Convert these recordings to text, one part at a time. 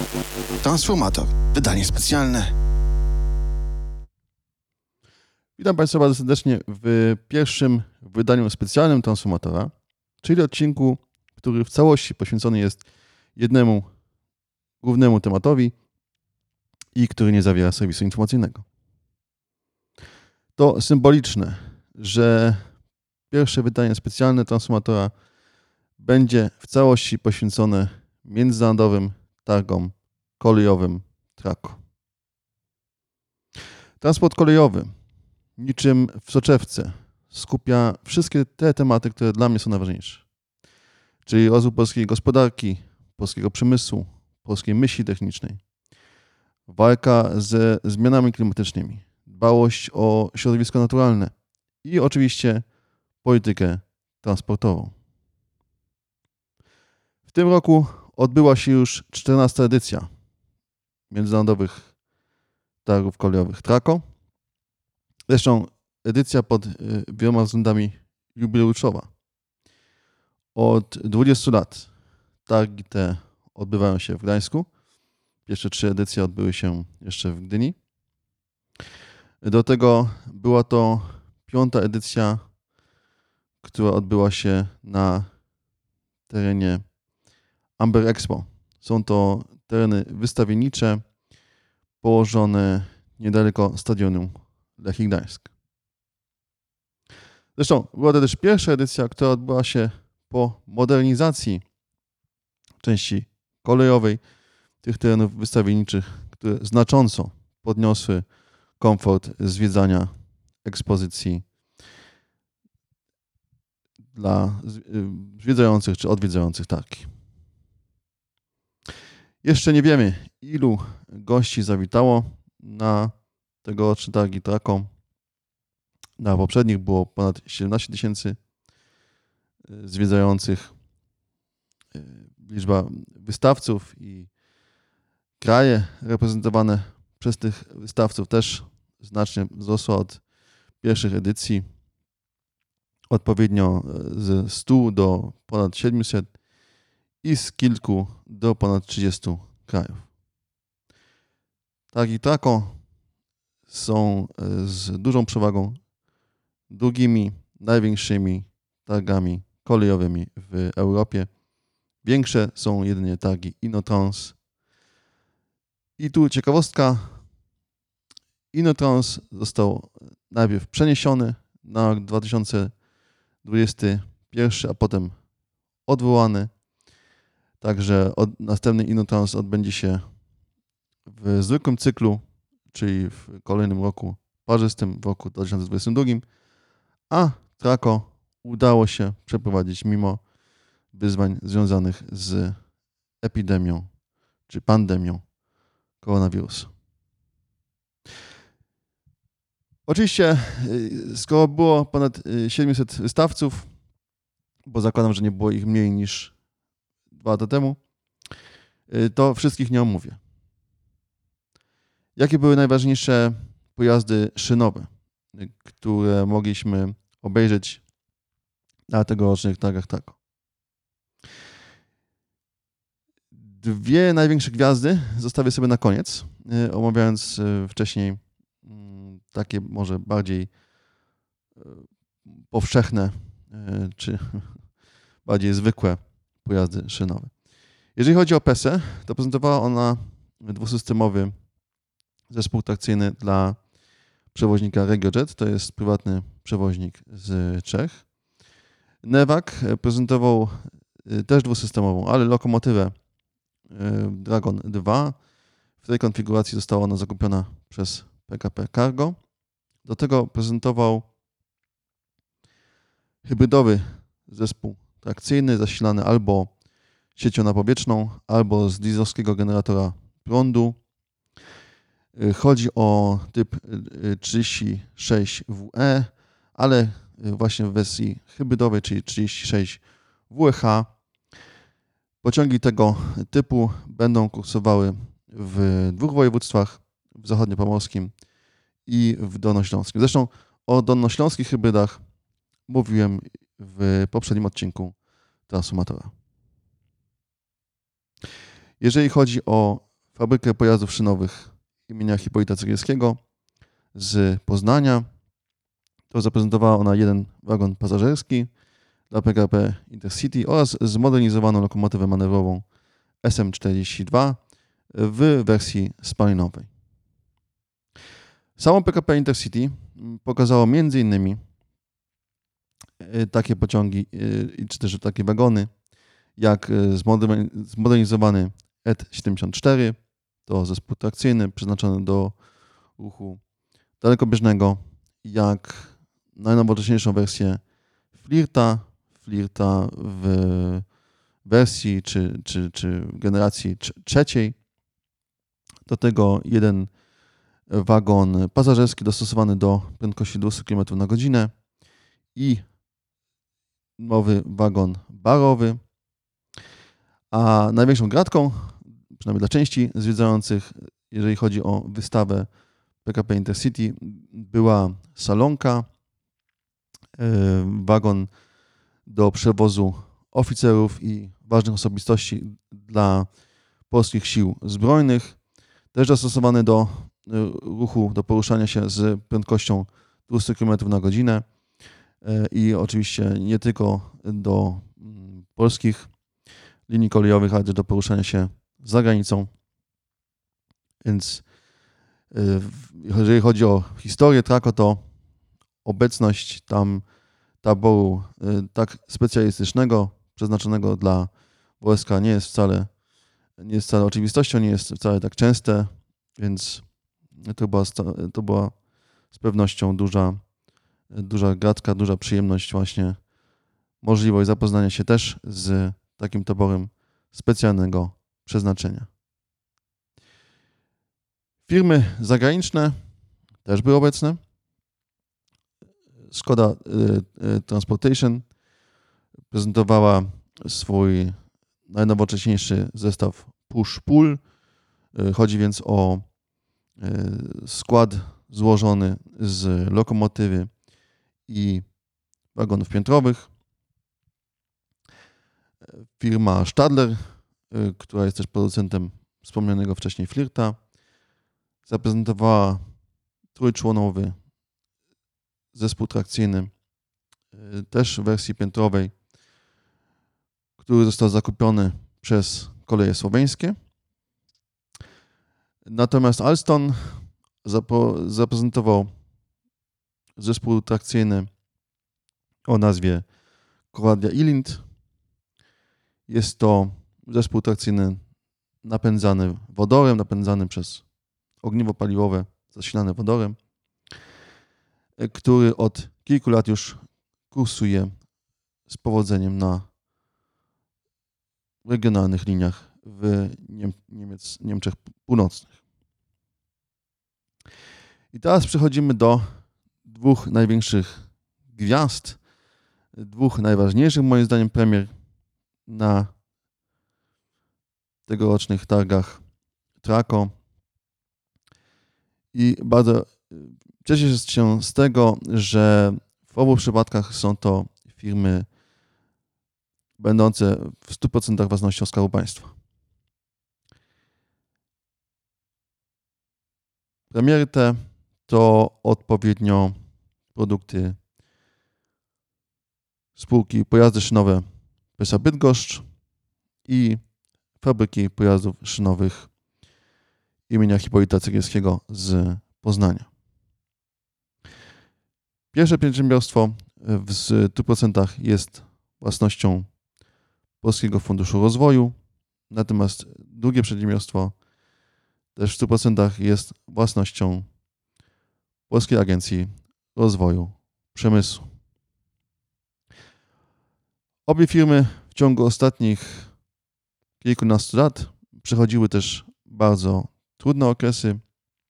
Transformator. Wydanie specjalne. Witam Państwa bardzo serdecznie w pierwszym wydaniu specjalnym Transformatora, czyli odcinku, który w całości poświęcony jest jednemu głównemu tematowi i który nie zawiera serwisu informacyjnego. To symboliczne, że pierwsze wydanie specjalne Transformatora będzie w całości poświęcone międzynarodowym targom kolejowym TRACO. Transport kolejowy, niczym w soczewce, skupia wszystkie te tematy, które dla mnie są najważniejsze. Czyli rozwój polskiej gospodarki, polskiego przemysłu, polskiej myśli technicznej, walka ze zmianami klimatycznymi, dbałość o środowisko naturalne i oczywiście politykę transportową. W tym roku odbyła się już 14. edycja międzynarodowych targów kolejowych TRACO. Zresztą edycja pod wieloma względami jubileuszowa. Od 20 lat targi te odbywają się w Gdańsku. Pierwsze 3 edycje odbyły się jeszcze w Gdyni. Do tego była to 5. edycja, która odbyła się na terenie Amber Expo. Są to tereny wystawiennicze położone niedaleko stadionu Lechii Gdańsk. Zresztą była to też pierwsza edycja, która odbyła się po modernizacji części kolejowej tych terenów wystawienniczych, które znacząco podniosły komfort zwiedzania ekspozycji dla zwiedzających czy odwiedzających targi. Jeszcze nie wiemy, ilu gości zawitało na tegoroczne targi TRACO. Na poprzednich było ponad 17 000 zwiedzających. Liczba wystawców i kraje reprezentowane przez tych wystawców też znacznie wzrosła od pierwszych edycji. Odpowiednio ze 100 do ponad 700 i z kilku do ponad 30 krajów. Targi TRACO są z dużą przewagą drugimi największymi targami kolejowymi w Europie. Większe są jedynie targi Inotrans. I tu ciekawostka. Inotrans został najpierw przeniesiony na rok 2021, a potem odwołany. Także następny Inotrans odbędzie się w zwykłym cyklu, czyli w kolejnym roku parzystym, w roku 2022, a TRACO udało się przeprowadzić mimo wyzwań związanych z epidemią czy pandemią koronawirusa. Oczywiście, skoro było ponad 700 wystawców, bo zakładam, że nie było ich mniej niż 2 lata temu, to wszystkich nie omówię. Jakie były najważniejsze pojazdy szynowe, które mogliśmy obejrzeć na tegorocznych targach TRACO? 2 największe gwiazdy zostawię sobie na koniec, omawiając wcześniej takie może bardziej powszechne czy bardziej zwykłe pojazdy szynowe. Jeżeli chodzi o PESę, to prezentowała ona dwusystemowy zespół trakcyjny dla przewoźnika RegioJet, to jest prywatny przewoźnik z Czech. Newag prezentował też dwusystemową, ale lokomotywę Dragon 2. W tej konfiguracji została ona zakupiona przez PKP Cargo. Do tego prezentował hybrydowy zespół trakcyjny zasilany albo siecią napowietrzną, albo z dieslowskiego generatora prądu. Chodzi o typ 36WE, ale właśnie w wersji hybrydowej, czyli 36WH. Pociągi tego typu będą kursowały w 2 województwach, w zachodniopomorskim i w dolnośląskim. Zresztą o dolnośląskich hybrydach mówiłem w poprzednim odcinku Transformatora. Jeżeli chodzi o fabrykę pojazdów szynowych imienia Hipolita Cegielskiego z Poznania. To zaprezentowała ona jeden wagon pasażerski dla PKP Intercity oraz zmodernizowaną lokomotywę manewrową SM42 w wersji spalinowej. Samo PKP Intercity pokazało m.in. takie pociągi, czy też takie wagony, jak zmodernizowany ET-74, to zespół trakcyjny przeznaczony do ruchu dalekobieżnego, jak najnowocześniejszą wersję Flirta w wersji czy generacji trzeciej. Do tego jeden wagon pasażerski dostosowany do prędkości 200 km na godzinę i nowy wagon barowy. A największą gratką, przynajmniej dla części zwiedzających, jeżeli chodzi o wystawę PKP Intercity, była salonka, wagon do przewozu oficerów i ważnych osobistości dla polskich sił zbrojnych, też dostosowany do ruchu, do poruszania się z prędkością 200 km na godzinę i oczywiście nie tylko do polskich linii kolejowych, ale też do poruszania się za granicą. Więc jeżeli chodzi o historię Trako, to obecność tam taboru tak specjalistycznego, przeznaczonego dla wojska nie jest wcale oczywistością, nie jest wcale tak częste, więc to była z pewnością duża gratka, duża przyjemność, właśnie możliwość zapoznania się też z takim taborem specjalnego przeznaczenia. Firmy zagraniczne też były obecne. Skoda Transportation prezentowała swój najnowocześniejszy zestaw push-pull. Chodzi więc o skład złożony z lokomotywy i wagonów piętrowych. Firma Stadler, która jest też producentem wspomnianego wcześniej Flirta, zaprezentowała trójczłonowy zespół trakcyjny, też w wersji piętrowej, który został zakupiony przez Koleje Słoweńskie. Natomiast Alstom zaprezentował zespół trakcyjny o nazwie Conradia Ilind. Jest to zespół trakcyjny napędzany wodorem, napędzany przez ogniwo paliwowe zasilane wodorem, który od kilku lat już kursuje z powodzeniem na regionalnych liniach w Niemczech Północnych. I teraz przechodzimy do dwóch największych gwiazd, dwóch najważniejszych moim zdaniem premier na tegorocznych targach Trako. I bardzo cieszę się z tego, że w obu przypadkach są to firmy będące w 100% własnością Skarbu Państwa. Premiery te to odpowiednio produkty spółki Pojazdy Szynowe PSA Bydgoszcz i fabryki pojazdów szynowych imienia Hipolita Cegielskiego z Poznania. Pierwsze przedsiębiorstwo w 100% jest własnością Polskiego Funduszu Rozwoju, natomiast drugie przedsiębiorstwo też w 100% jest własnością Polskiej Agencji Rozwoju Przemysłu. Obie firmy w ciągu ostatnich kilkunastu lat przechodziły też bardzo trudne okresy.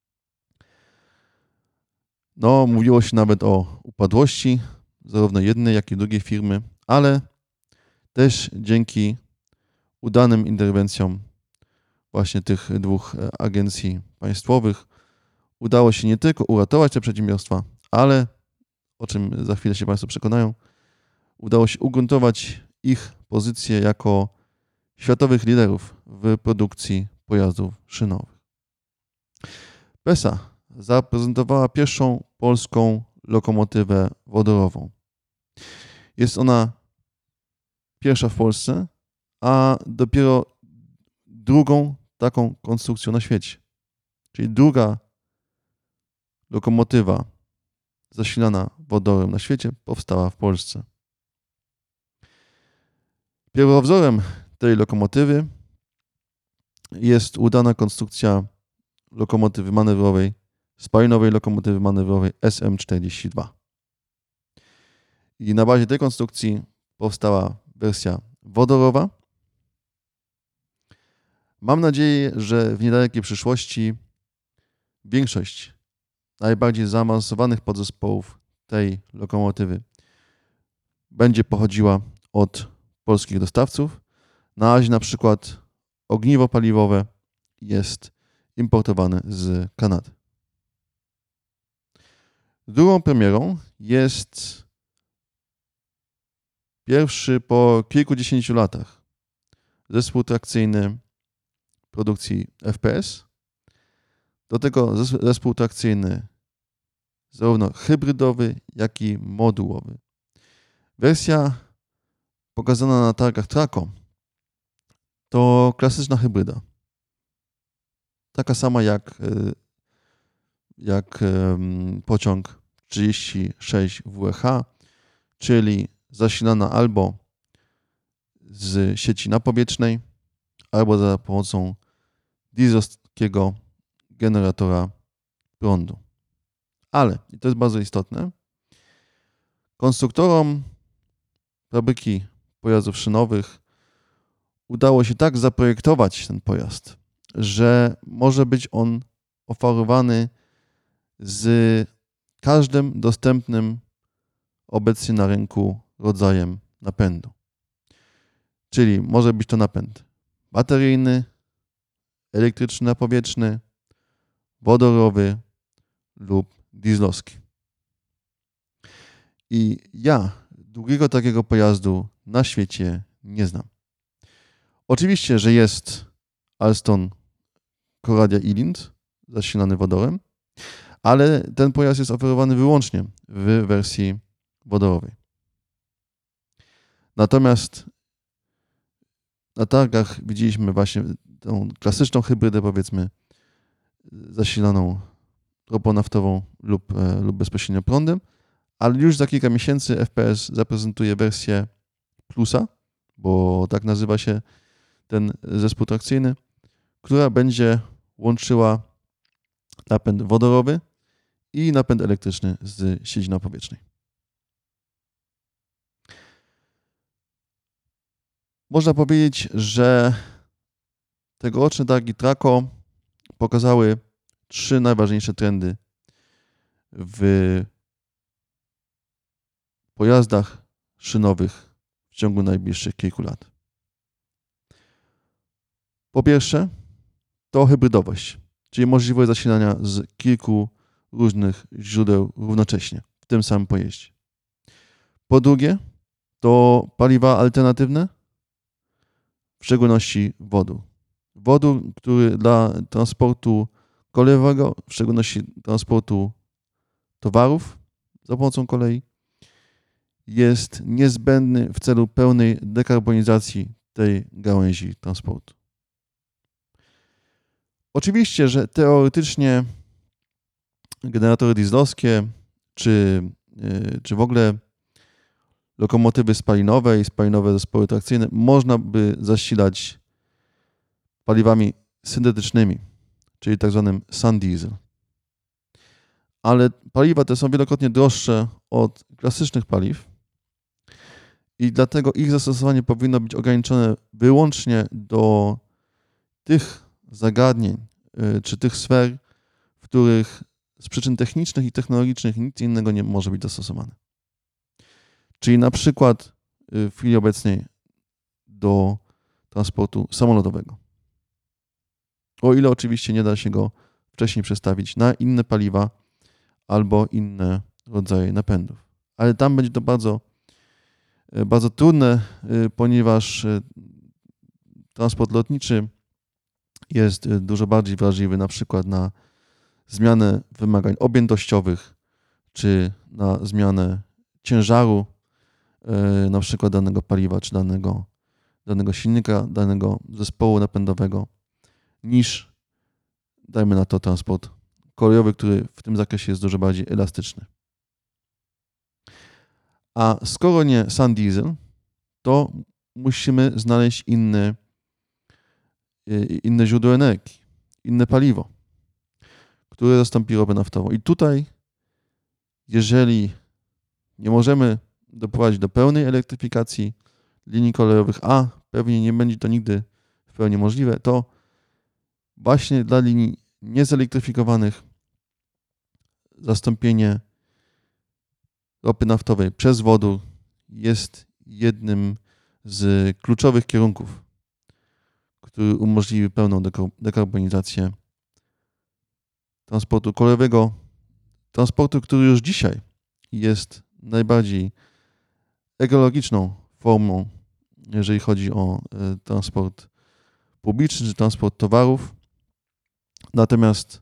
Mówiło się nawet o upadłości zarówno jednej, jak i drugiej firmy, ale też dzięki udanym interwencjom właśnie tych dwóch agencji państwowych udało się nie tylko uratować te przedsiębiorstwa, ale, o czym za chwilę się Państwo przekonają, udało się ugruntować ich pozycję jako światowych liderów w produkcji pojazdów szynowych. PESA zaprezentowała pierwszą polską lokomotywę wodorową. Jest ona pierwsza w Polsce, a dopiero drugą taką konstrukcją na świecie. Czyli druga lokomotywa zasilana wodorem na świecie powstała w Polsce. Pierwowzorem tej lokomotywy jest udana konstrukcja lokomotywy manewrowej, spalinowej lokomotywy manewrowej SM42. I na bazie tej konstrukcji powstała wersja wodorowa. Mam nadzieję, że w niedalekiej przyszłości większość najbardziej zaawansowanych podzespołów tej lokomotywy będzie pochodziła od polskich dostawców. Na razie na przykład ogniwo paliwowe jest importowane z Kanady. Drugą premierą jest pierwszy po kilkudziesięciu latach zespół trakcyjny produkcji FPS. Do tego zespół trakcyjny zarówno hybrydowy, jak i modułowy. Wersja pokazana na targach Traco to klasyczna hybryda. Taka sama jak pociąg 36 WH, czyli zasilana albo z sieci napowietrznej, albo za pomocą dieslowskiego generatora prądu. Ale, i to jest bardzo istotne, konstruktorom fabryki pojazdów szynowych udało się tak zaprojektować ten pojazd, że może być on oferowany z każdym dostępnym obecnie na rynku rodzajem napędu. Czyli może być to napęd bateryjny, elektryczny napowietrzny, wodorowy lub dieslowski. I ja drugiego takiego pojazdu na świecie nie znam. Oczywiście, że jest Alstom Coradia E-Lind zasilany wodorem, ale ten pojazd jest oferowany wyłącznie w wersji wodorowej. Natomiast na targach widzieliśmy właśnie tą klasyczną hybrydę, powiedzmy, zasilaną ropą naftową lub bezpośrednio prądem, ale już za kilka miesięcy FPS zaprezentuje wersję Plusa, bo tak nazywa się ten zespół trakcyjny, która będzie łączyła napęd wodorowy i napęd elektryczny z sieci napowietrznej. Można powiedzieć, że tegoroczne targi Traco pokazały 3 najważniejsze trendy w pojazdach szynowych w ciągu najbliższych kilku lat. Po pierwsze, to hybrydowość, czyli możliwość zasilania z kilku różnych źródeł równocześnie w tym samym pojeździe. Po drugie, to paliwa alternatywne, w szczególności wodór. Wodór, który dla transportu kolejowego, w szczególności transportu towarów za pomocą kolei, jest niezbędny w celu pełnej dekarbonizacji tej gałęzi transportu. Oczywiście, że teoretycznie generatory dieslowskie czy w ogóle lokomotywy spalinowe i spalinowe zespoły trakcyjne można by zasilać paliwami syntetycznymi, czyli tak zwanym sundiesel. Ale paliwa te są wielokrotnie droższe od klasycznych paliw i dlatego ich zastosowanie powinno być ograniczone wyłącznie do tych zagadnień czy tych sfer, w których z przyczyn technicznych i technologicznych nic innego nie może być zastosowane. Czyli na przykład w chwili obecnej do transportu samolotowego. O ile oczywiście nie da się go wcześniej przestawić na inne paliwa albo inne rodzaje napędów. Ale tam będzie to bardzo, bardzo trudne, ponieważ transport lotniczy jest dużo bardziej wrażliwy na przykład na zmianę wymagań objętościowych czy na zmianę ciężaru na przykład danego paliwa czy danego silnika, danego zespołu napędowego niż, dajmy na to, transport kolejowy, który w tym zakresie jest dużo bardziej elastyczny. A skoro nie sun diesel, to musimy znaleźć inne źródło energii, inne paliwo, które zastąpi ropę naftową. I tutaj, jeżeli nie możemy doprowadzić do pełnej elektryfikacji linii kolejowych, a pewnie nie będzie to nigdy w pełni możliwe, to właśnie dla linii niezelektryfikowanych zastąpienie ropy naftowej przez wodór jest jednym z kluczowych kierunków, który umożliwi pełną dekarbonizację transportu kolejowego, transportu, który już dzisiaj jest najbardziej ekologiczną formą, jeżeli chodzi o transport publiczny czy transport towarów. Natomiast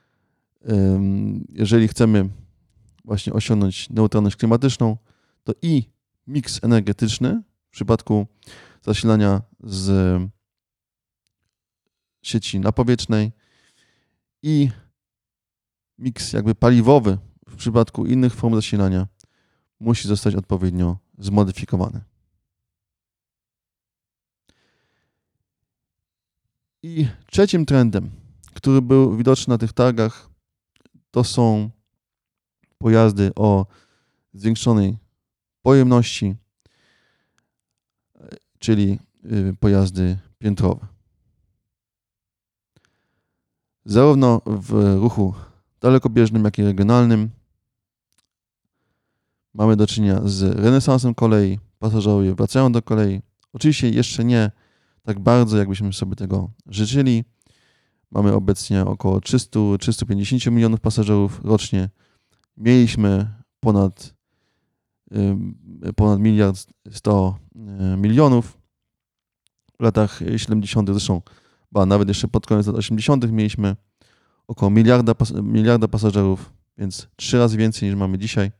jeżeli chcemy właśnie osiągnąć neutralność klimatyczną, to i miks energetyczny w przypadku zasilania z sieci napowietrznej i miks jakby paliwowy w przypadku innych form zasilania musi zostać odpowiednio zmodyfikowany. I trzecim trendem, który był widoczny na tych targach, to są pojazdy o zwiększonej pojemności, czyli pojazdy piętrowe. Zarówno w ruchu dalekobieżnym, jak i regionalnym mamy do czynienia z renesansem kolei. Pasażerowie wracają do kolei. Oczywiście jeszcze nie tak bardzo, jakbyśmy sobie tego życzyli. Mamy obecnie około 300-350 milionów pasażerów rocznie. Mieliśmy ponad 1,1 mld w latach 70. Zresztą nawet jeszcze pod koniec lat 80. mieliśmy około miliarda pasażerów, więc 3 razy więcej niż mamy dzisiaj.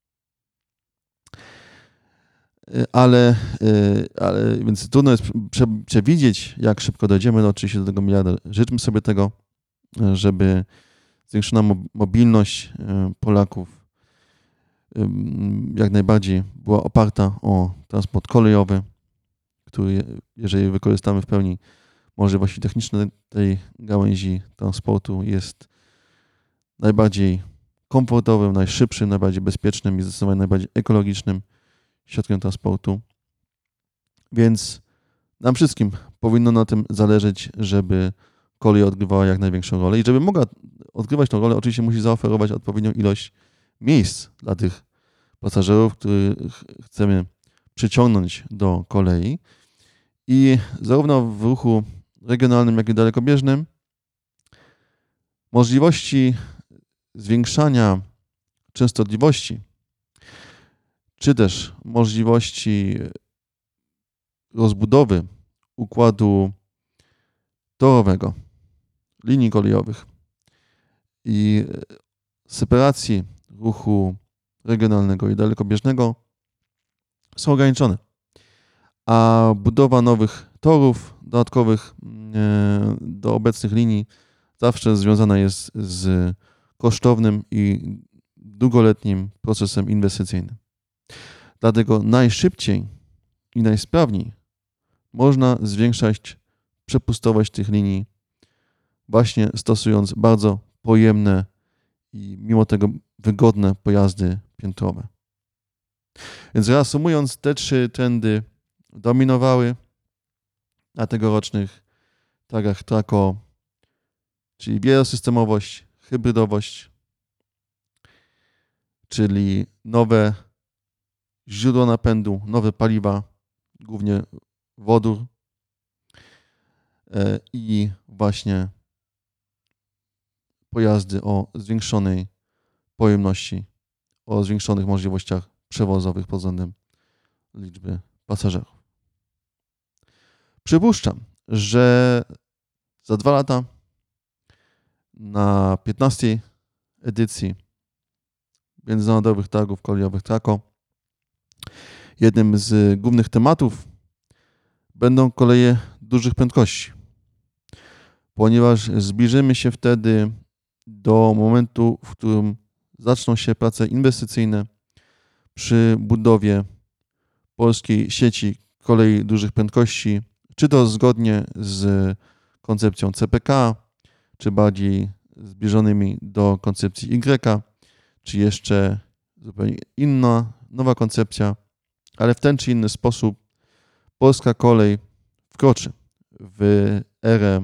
Ale więc trudno jest przewidzieć, jak szybko dojdziemy oczywiście do tego miliarda. Życzmy sobie tego, żeby zwiększona mobilność Polaków jak najbardziej była oparta o transport kolejowy, który, jeżeli wykorzystamy w pełni możliwości techniczne tej gałęzi transportu, jest najbardziej komfortowym, najszybszym, najbardziej bezpiecznym i zdecydowanie najbardziej ekologicznym środkiem transportu. Więc nam wszystkim powinno na tym zależeć, żeby kolej odgrywała jak największą rolę i żeby mogła odgrywać tę rolę, oczywiście musi zaoferować odpowiednią ilość miejsc dla tych pasażerów, których chcemy przyciągnąć do kolei. I zarówno w ruchu regionalnym, jak i dalekobieżnym możliwości zwiększania częstotliwości czy też możliwości rozbudowy układu torowego, linii kolejowych i separacji ruchu regionalnego i dalekobieżnego są ograniczone. A budowa nowych torów dodatkowych do obecnych linii zawsze związana jest z kosztownym i długoletnim procesem inwestycyjnym. Dlatego najszybciej i najsprawniej można zwiększać przepustowość tych linii właśnie stosując bardzo pojemne i mimo tego wygodne pojazdy piętrowe. Więc reasumując, te 3 trendy dominowały na tegorocznych targach Traco, czyli wielosystemowość, hybrydowość, czyli nowe źródła napędu, nowe paliwa, głównie wodór i właśnie pojazdy o zwiększonej pojemności, o zwiększonych możliwościach przewozowych pod względem liczby pasażerów. Przypuszczam, że za 2 lata na 15. edycji Międzynarodowych Targów Kolejowych Trako. Jednym z głównych tematów będą koleje dużych prędkości, ponieważ zbliżymy się wtedy do momentu, w którym zaczną się prace inwestycyjne przy budowie polskiej sieci kolei dużych prędkości, czy to zgodnie z koncepcją CPK, czy bardziej zbliżonymi do koncepcji Y, czy jeszcze zupełnie inna, nowa koncepcja, ale w ten czy inny sposób polska kolej wkroczy w erę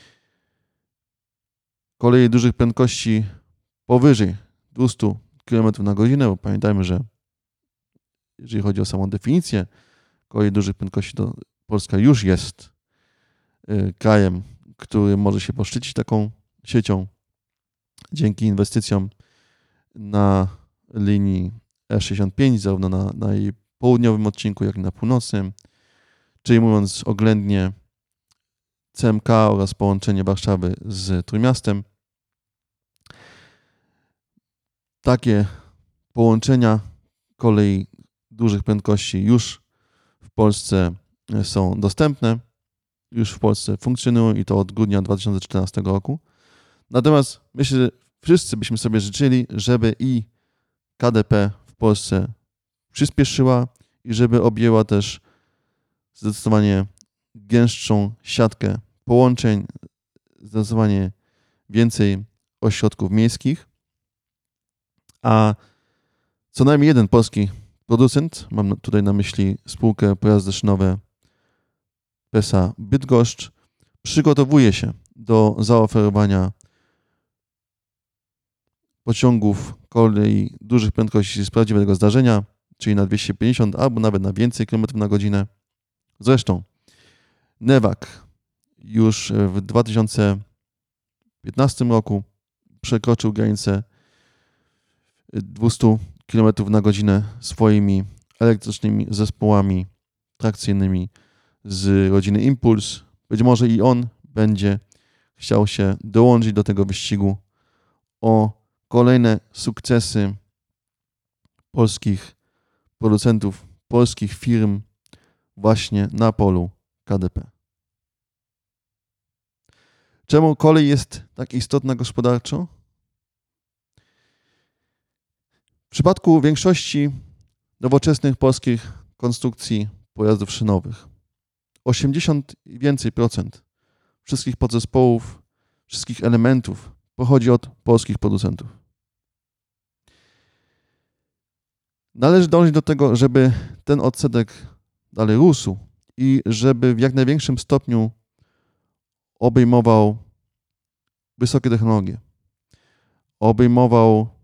kolei dużych prędkości powyżej 200 km na godzinę, bo pamiętajmy, że jeżeli chodzi o samą definicję kolei dużych prędkości, to Polska już jest krajem, który może się poszczycić taką siecią dzięki inwestycjom na linii E65, zarówno na jej południowym odcinku, jak i na północnym, czyli mówiąc oględnie CMK oraz połączenie Warszawy z Trójmiastem. Takie połączenia kolei dużych prędkości już w Polsce są dostępne, już w Polsce funkcjonują i to od grudnia 2014 roku. Natomiast myślę, że wszyscy byśmy sobie życzyli, żeby i KDP w Polsce przyspieszyła i żeby objęła też zdecydowanie gęstszą siatkę połączeń, zdecydowanie więcej ośrodków miejskich, a co najmniej jeden polski producent, mam tutaj na myśli spółkę Pojazdy Szynowe PESA Bydgoszcz, przygotowuje się do zaoferowania pociągów kolei dużych prędkości z prawdziwego zdarzenia, czyli na 250 albo nawet na więcej kilometrów na godzinę. Zresztą Newag już w 2015 roku przekroczył granicę 200 km na godzinę swoimi elektrycznymi zespołami trakcyjnymi z rodziny Impuls. Być może i on będzie chciał się dołączyć do tego wyścigu o kolejne sukcesy polskich producentów, polskich firm właśnie na polu KDP. Czemu kolej jest tak istotna gospodarczo? W przypadku większości nowoczesnych polskich konstrukcji pojazdów szynowych 80 i więcej procent wszystkich podzespołów, wszystkich elementów pochodzi od polskich producentów. Należy dążyć do tego, żeby ten odsetek dalej rósł i żeby w jak największym stopniu obejmował wysokie technologie, obejmował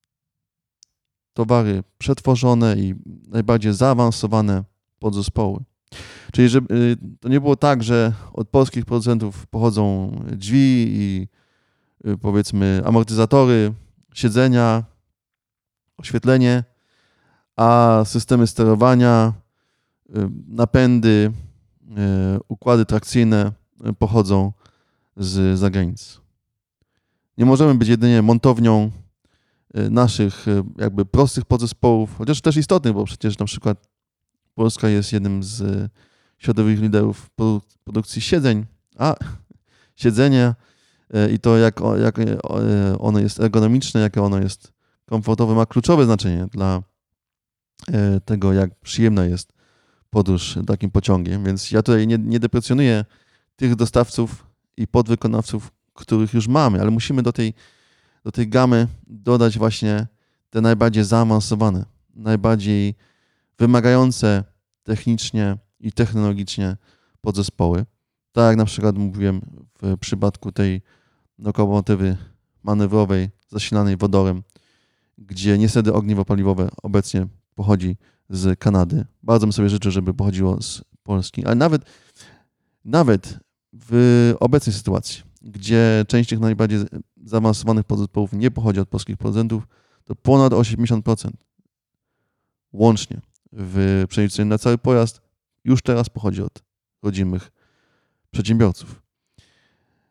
towary przetworzone i najbardziej zaawansowane podzespoły. Czyli żeby to nie było tak, że od polskich producentów pochodzą drzwi i powiedzmy amortyzatory, siedzenia, oświetlenie, a systemy sterowania, napędy, układy trakcyjne pochodzą z zagranicy. Nie możemy być jedynie montownią naszych jakby prostych podzespołów, chociaż też istotnych, bo przecież na przykład Polska jest jednym z światowych liderów produkcji siedzeń, a siedzenie i to jak ono jest ergonomiczne, jakie ono jest komfortowe, ma kluczowe znaczenie dla tego, jak przyjemna jest podróż takim pociągiem. Więc ja tutaj nie deprecjonuję tych dostawców i podwykonawców, których już mamy, ale musimy do tej gamy dodać właśnie te najbardziej zaawansowane, najbardziej wymagające technicznie i technologicznie podzespoły. Tak jak na przykład mówiłem w przypadku tej lokomotywy manewrowej zasilanej wodorem, gdzie niestety ogniwo paliwowe obecnie pochodzi z Kanady. Bardzo bym sobie życzył, żeby pochodziło z Polski, ale nawet w obecnej sytuacji, gdzie część tych najbardziej zaawansowanych podzespołów nie pochodzi od polskich producentów, to ponad 80% łącznie w przeliczeniu na cały pojazd już teraz pochodzi od rodzimych przedsiębiorców.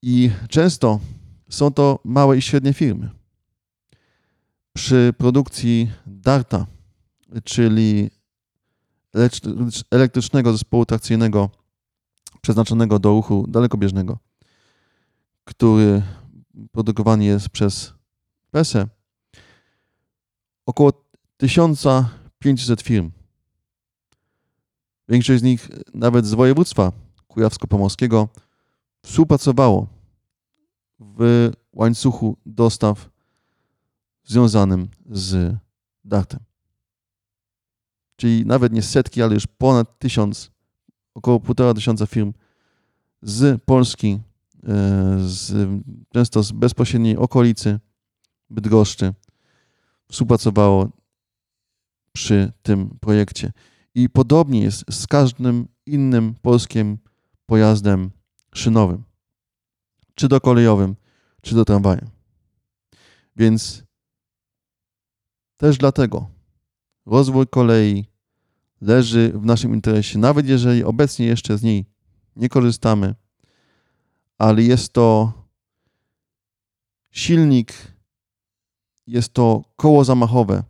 I często są to małe i średnie firmy. Przy produkcji DART-a, czyli elektrycznego zespołu trakcyjnego przeznaczonego do ruchu dalekobieżnego, który produkowany jest przez PESE, około 1500 firm. Większość z nich nawet z województwa kujawsko-pomorskiego współpracowało w łańcuchu dostaw związanym z DART-em. Czyli nawet nie setki, ale już ponad 1000, około 1500 firm z Polski, często z bezpośredniej okolicy Bydgoszczy współpracowało przy tym projekcie. I podobnie jest z każdym innym polskim pojazdem szynowym, czy to kolejowym, czy to tramwajem. Więc też dlatego rozwój kolei leży w naszym interesie, nawet jeżeli obecnie jeszcze z niej nie korzystamy, ale jest to silnik, jest to koło zamachowe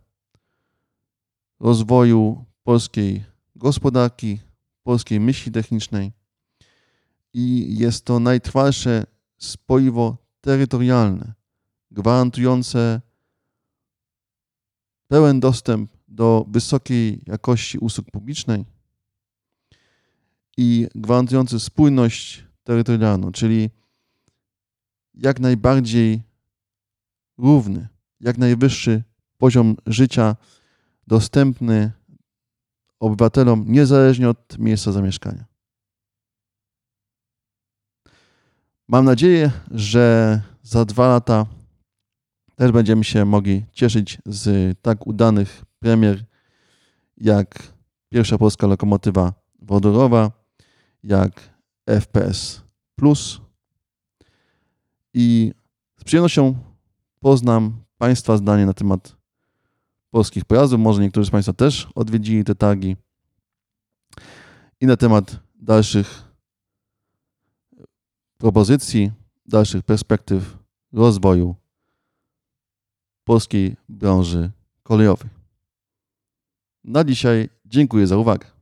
rozwoju polskiej gospodarki, polskiej myśli technicznej i jest to najtrwalsze spoiwo terytorialne, gwarantujące pełen dostęp do wysokiej jakości usług publicznej i gwarantujące spójność terytorialną, czyli jak najbardziej równy, jak najwyższy poziom życia dostępny obywatelom niezależnie od miejsca zamieszkania. Mam nadzieję, że za 2 lata też będziemy się mogli cieszyć z tak udanych premier jak pierwsza polska lokomotywa wodorowa, jak FPS Plus i z przyjemnością poznam Państwa zdanie na temat polskich pojazdów. Może niektórzy z Państwa też odwiedzili te targi i na temat dalszych propozycji, dalszych perspektyw rozwoju polskiej branży kolejowej. Na dzisiaj dziękuję za uwagę.